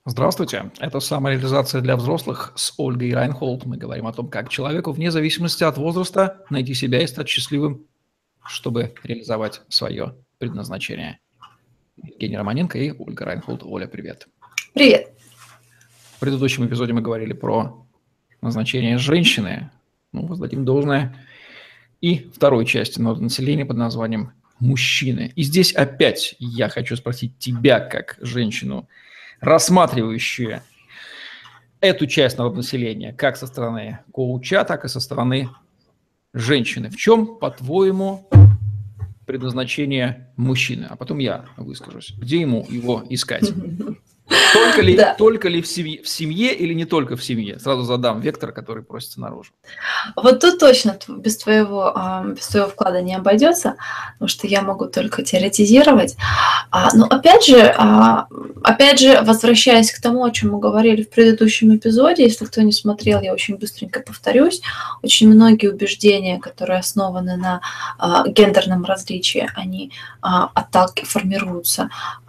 Здравствуйте. Это «Самореализация для взрослых» с Ольгой Райнхолд. Мы говорим о том, как человеку вне зависимости от возраста найти себя и стать счастливым, чтобы реализовать свое предназначение. Евгений Романенко и Ольга Райнхолд. Оля, привет. Привет. В предыдущем эпизоде мы говорили про назначение женщины. Воздадим должное. И второй части населения под названием «Мужчины». И здесь опять я хочу спросить тебя, как женщину, рассматривающую эту часть населения, как со стороны коуча, так и со стороны женщины. В чем, по-твоему, предназначение мужчины? А потом я выскажусь. Где ему его искать? Только ли в семье или не только в семье? Сразу задам вектор, который просится наружу. Вот тут точно без твоего вклада не обойдется, потому что я могу только теоретизировать. Но опять же, возвращаясь к тому, о чем мы говорили в предыдущем эпизоде, если кто не смотрел, я очень быстренько повторюсь, очень многие убеждения, которые основаны на гендерном различии, они формируются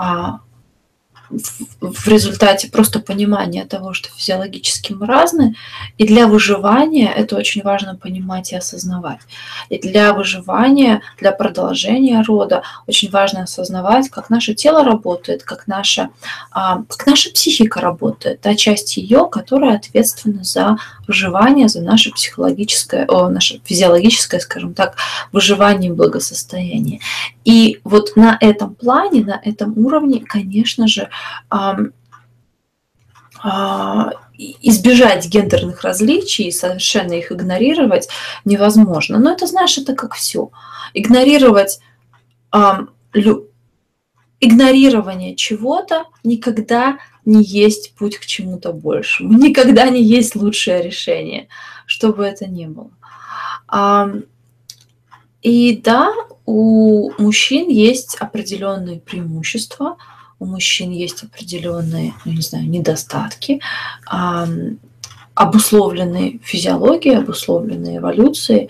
в результате просто понимания того, что физиологически мы разные, и для выживания это очень важно понимать и осознавать. И для выживания, для продолжения рода очень важно осознавать, как наше тело работает, как наша психика работает, та часть ее, которая ответственна за выживание, за наше физиологическое, скажем так, выживание и благосостояние. И вот на этом плане, на этом уровне, конечно же, избежать гендерных различий и совершенно их игнорировать невозможно. Но это, знаешь, это как все. Игнорирование чего-то никогда не есть путь к чему-то большему. Никогда не есть лучшее решение, что бы это ни было. И да, у мужчин есть определенные преимущества, у мужчин есть определенные, недостатки, обусловленные физиологией, обусловленные эволюцией.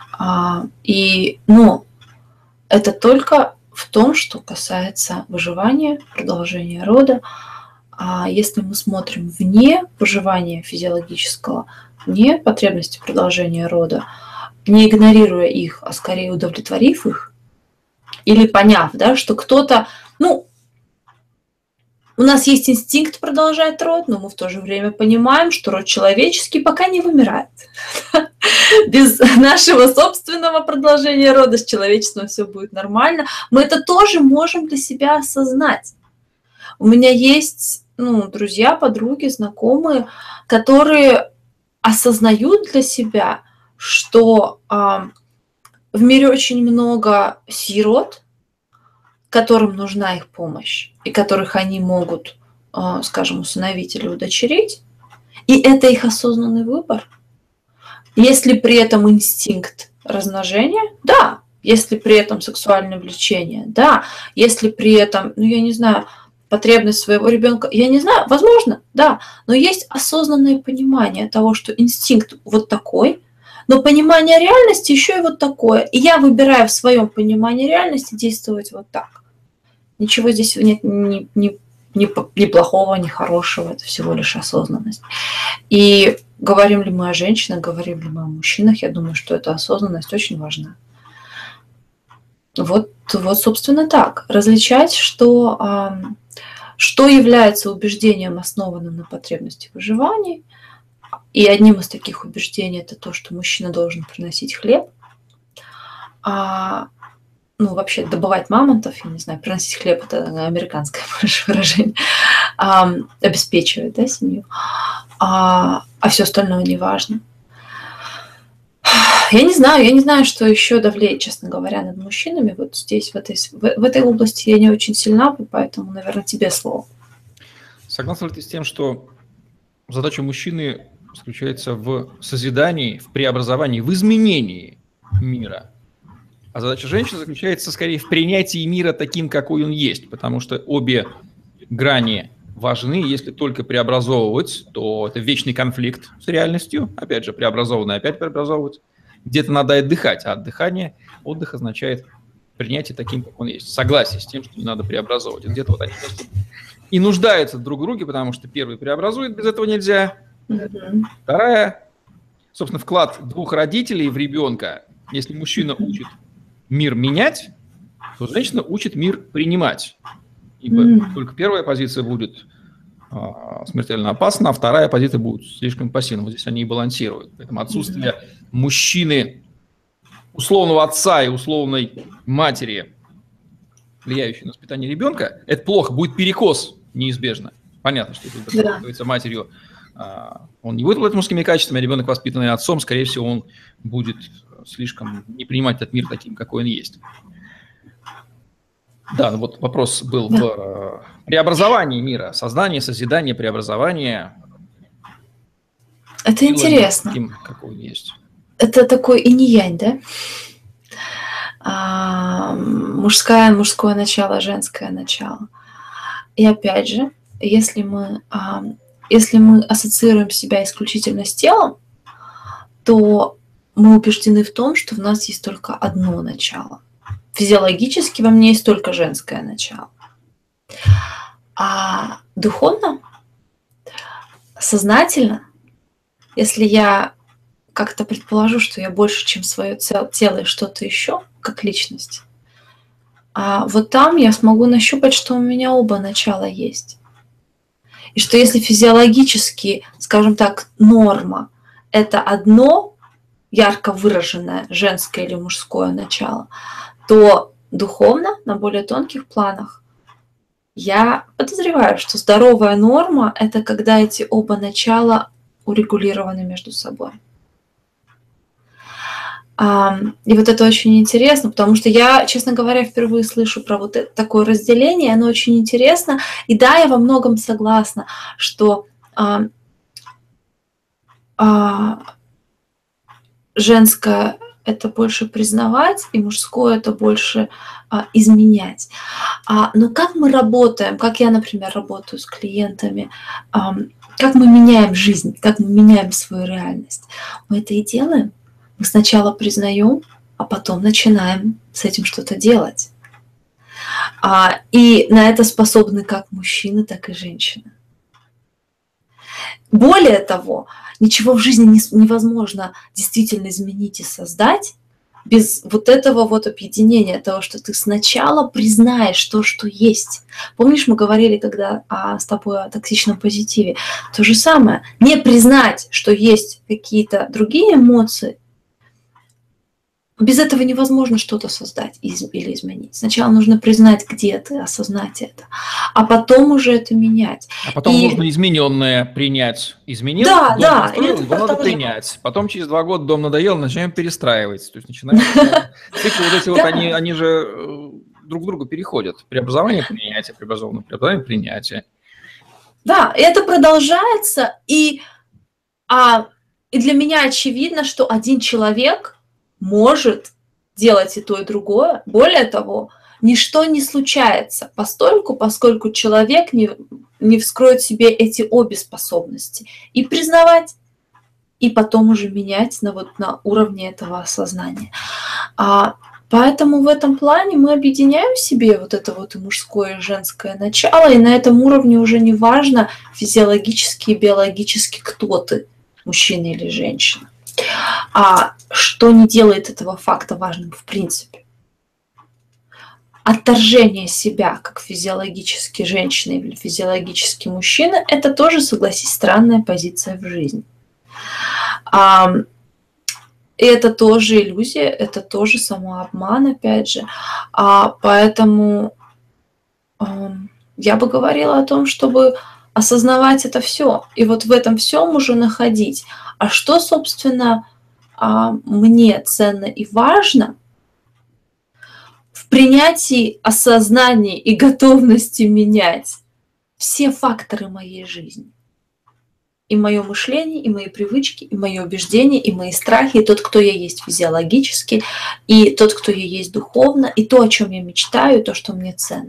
Но это только в том, что касается выживания, продолжения рода. А если мы смотрим вне выживания физиологического, вне потребности продолжения рода, не игнорируя их, а скорее удовлетворив их, или поняв, что кто-то, у нас есть инстинкт продолжать род, но мы в то же время понимаем, что род человеческий пока не вымирает. Без нашего собственного продолжения рода с человечеством все будет нормально. Мы это тоже можем для себя осознать. У меня есть друзья, подруги, знакомые, которые осознают для себя, что в мире очень много сирот, которым нужна их помощь, и которых они могут, скажем, усыновить или удочерить. И это их осознанный выбор. Если при этом инстинкт размножения, да. Если при этом сексуальное влечение, да. Если при этом, потребность своего ребенка, возможно, да. Но есть осознанное понимание того, что инстинкт вот такой, но понимание реальности еще и вот такое. И я выбираю в своем понимании реальности действовать вот так. Ничего здесь нет ни плохого, ни хорошего. Это всего лишь осознанность. И говорим ли мы о женщинах, говорим ли мы о мужчинах, я думаю, что эта осознанность очень важна. Вот собственно, так. Различать, что является убеждением, основанным на потребности выживания. И одним из таких убеждений это то, что мужчина должен приносить хлеб. Вообще добывать мамонтов, приносить хлеб, это американское больше выражение, обеспечивать, семью, а все остальное не важно. Я не знаю, что еще давлеет, честно говоря, над мужчинами. Вот здесь, в этой области я не очень сильна, поэтому, наверное, тебе слово. Согласна ли ты с тем, что задача мужчины заключается в созидании, в преобразовании, в изменении мира? А задача женщины заключается скорее в принятии мира таким, какой он есть, потому что обе грани важны. Если только преобразовывать, то это вечный конфликт с реальностью. Опять же, преобразованное опять преобразовывать. Где-то надо отдыхать, а отдых означает принятие таким, как он есть. Согласие с тем, что не надо преобразовывать. Где-то вот они вместе и нуждаются друг в друге, потому что первый преобразует, без этого нельзя. Мгм. Вторая, собственно, вклад двух родителей в ребенка. Если мужчина учит мир менять, то женщина учит мир принимать. Ибо только первая позиция будет смертельно опасна, а вторая позиция будет слишком пассивна. Вот здесь они и балансируют. Поэтому отсутствие мужчины, условного отца и условной матери, влияющей на воспитание ребенка, это плохо, будет перекос неизбежно. Понятно, что если воспитывается матерью, он не будет обладать мужскими качествами, а ребенок, воспитанный отцом, скорее всего, он будет слишком не принимать этот мир таким, какой он есть. Да, ну вот вопрос был в преобразовании мира, создание, созидание, преобразование. Это интересно. Таким, какой он есть. Это такой инь-янь, да? Мужское начало, женское начало. И опять же, если мы ассоциируем себя исключительно с телом, то мы убеждены в том, что в нас есть только одно начало. Физиологически во мне есть только женское начало. А духовно, сознательно, если я как-то предположу, что я больше, чем свое тело и что-то еще, как личность, вот там я смогу нащупать, что у меня оба начала есть. И что если физиологически, скажем так, норма – это одно ярко выраженное женское или мужское начало, то духовно, на более тонких планах, я подозреваю, что здоровая норма – это когда эти оба начала урегулированы между собой. И вот это очень интересно, потому что я, честно говоря, впервые слышу про вот это, такое разделение, оно очень интересно. И да, я во многом согласна, что женское – это больше признавать, и мужское – это больше изменять. Но как мы работаем, как я, например, работаю с клиентами, как мы меняем жизнь, как мы меняем свою реальность? Мы это и делаем. Мы сначала признаем, а потом начинаем с этим что-то делать. И на это способны как мужчины, так и женщины. Более того, ничего в жизни невозможно действительно изменить и создать без вот этого вот объединения, того, что ты сначала признаешь то, что есть. Помнишь, мы говорили когда с тобой о токсичном позитиве? То же самое. Не признать, что есть какие-то другие эмоции, без этого невозможно что-то создать или изменить. Сначала нужно признать, где ты, осознать это, а потом уже это менять. А потом нужно измененное принять. Изменил, да, построил, его надо принять. Потом через 2 года дом надоел, начинаем перестраивать. То есть начинаем циклы вот эти вот, они же друг к другу переходят. Преобразование, принятие, преобразование, принятие. Да, это продолжается, и для меня очевидно, что один человек может делать и то, и другое. Более того, ничто не случается, поскольку человек не вскроет в себе эти обе способности. И признавать, и потом уже менять на уровне этого осознания. Поэтому в этом плане мы объединяем в себе вот это вот и мужское, и женское начало, и на этом уровне уже не важно физиологически и биологически, кто ты, мужчина или женщина. Что не делает этого факта важным в принципе. Отторжение себя как физиологически женщины или физиологически мужчина – это тоже, согласись, странная позиция в жизни. И это тоже иллюзия, это тоже самообман, опять же. Поэтому я бы говорила о том, чтобы осознавать это все. И вот в этом всем уже находить. А что, собственно, мне ценно и важно в принятии, осознании и готовности менять все факторы моей жизни. И мое мышление, и мои привычки, и мои убеждения, и мои страхи, и тот, кто я есть физиологически, и тот, кто я есть духовно, и то, о чем я мечтаю, и то, что мне ценно.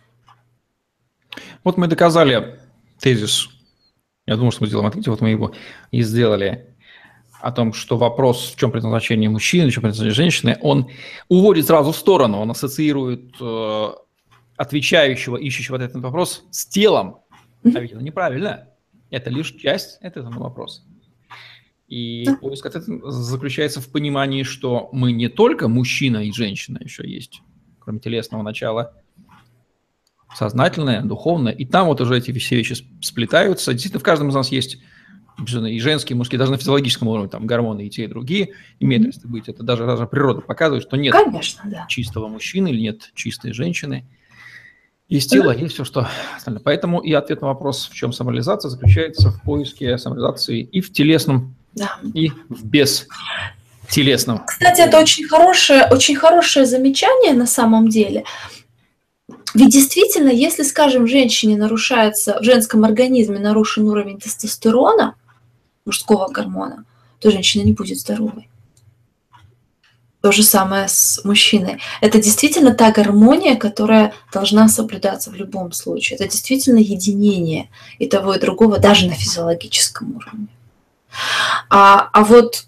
Вот мы доказали тезис. Я думаю, что мы сделаем открытие, вот мы его и сделали. О том, что вопрос, в чем предназначение мужчины, в чем предназначение женщины, он уводит сразу в сторону, он ассоциирует отвечающего, ищущего ответ на вопрос с телом. А ведь это неправильно. Это лишь часть этого вопроса. И поиск ответа заключается в понимании, что мы не только мужчина и женщина, еще есть, кроме телесного начала, сознательное, духовное. И там вот уже эти все вещи сплетаются. Действительно, в каждом из нас есть и женские, и мужские, даже на физиологическом уровне, там гормоны и те, и другие имеют место быть. Это даже природа показывает, что нет чистого мужчины или нет чистой женщины. Есть тело, есть все, что остальное. Поэтому и ответ на вопрос, в чем самореализация, заключается в поиске самореализации и в телесном, и в бестелесном. Кстати, это очень хорошее замечание на самом деле. Ведь действительно, если, скажем, в женском организме нарушен уровень тестостерона, мужского гормона, то женщина не будет здоровой. То же самое с мужчиной. Это действительно та гармония, которая должна соблюдаться в любом случае. Это действительно единение и того, и другого, даже на физиологическом уровне. А вот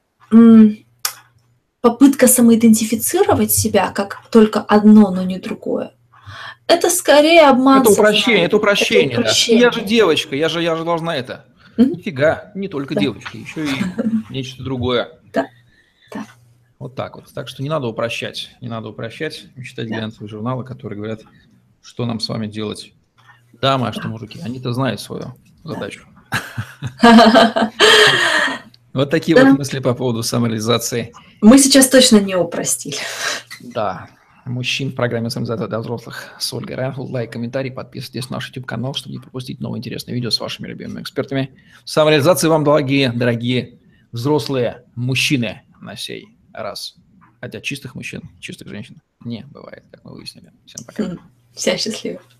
попытка самоидентифицировать себя как только одно, но не другое, это скорее обман. Это упрощение. Да. Я же девочка, я же должна это. Нифига, не только девочки, еще и нечто другое. Да. Вот так вот. Так что не надо упрощать. Не надо упрощать, читать глянцевые журналы, которые говорят, что нам с вами делать. Дамы, а что мужики. Они-то знают свою задачу. Вот такие вот мысли по поводу самореализации. Мы сейчас точно не упростили. Да. Мужчин в программе «Самореализация для взрослых» с Ольгой Райнхолд. Лайк, комментарий, подписывайтесь на наш YouTube-канал, чтобы не пропустить новые интересные видео с вашими любимыми экспертами. Самореализации вам, дорогие взрослые мужчины на сей раз. Хотя чистых мужчин, чистых женщин не бывает, как мы выяснили. Всем пока. Всем счастливо.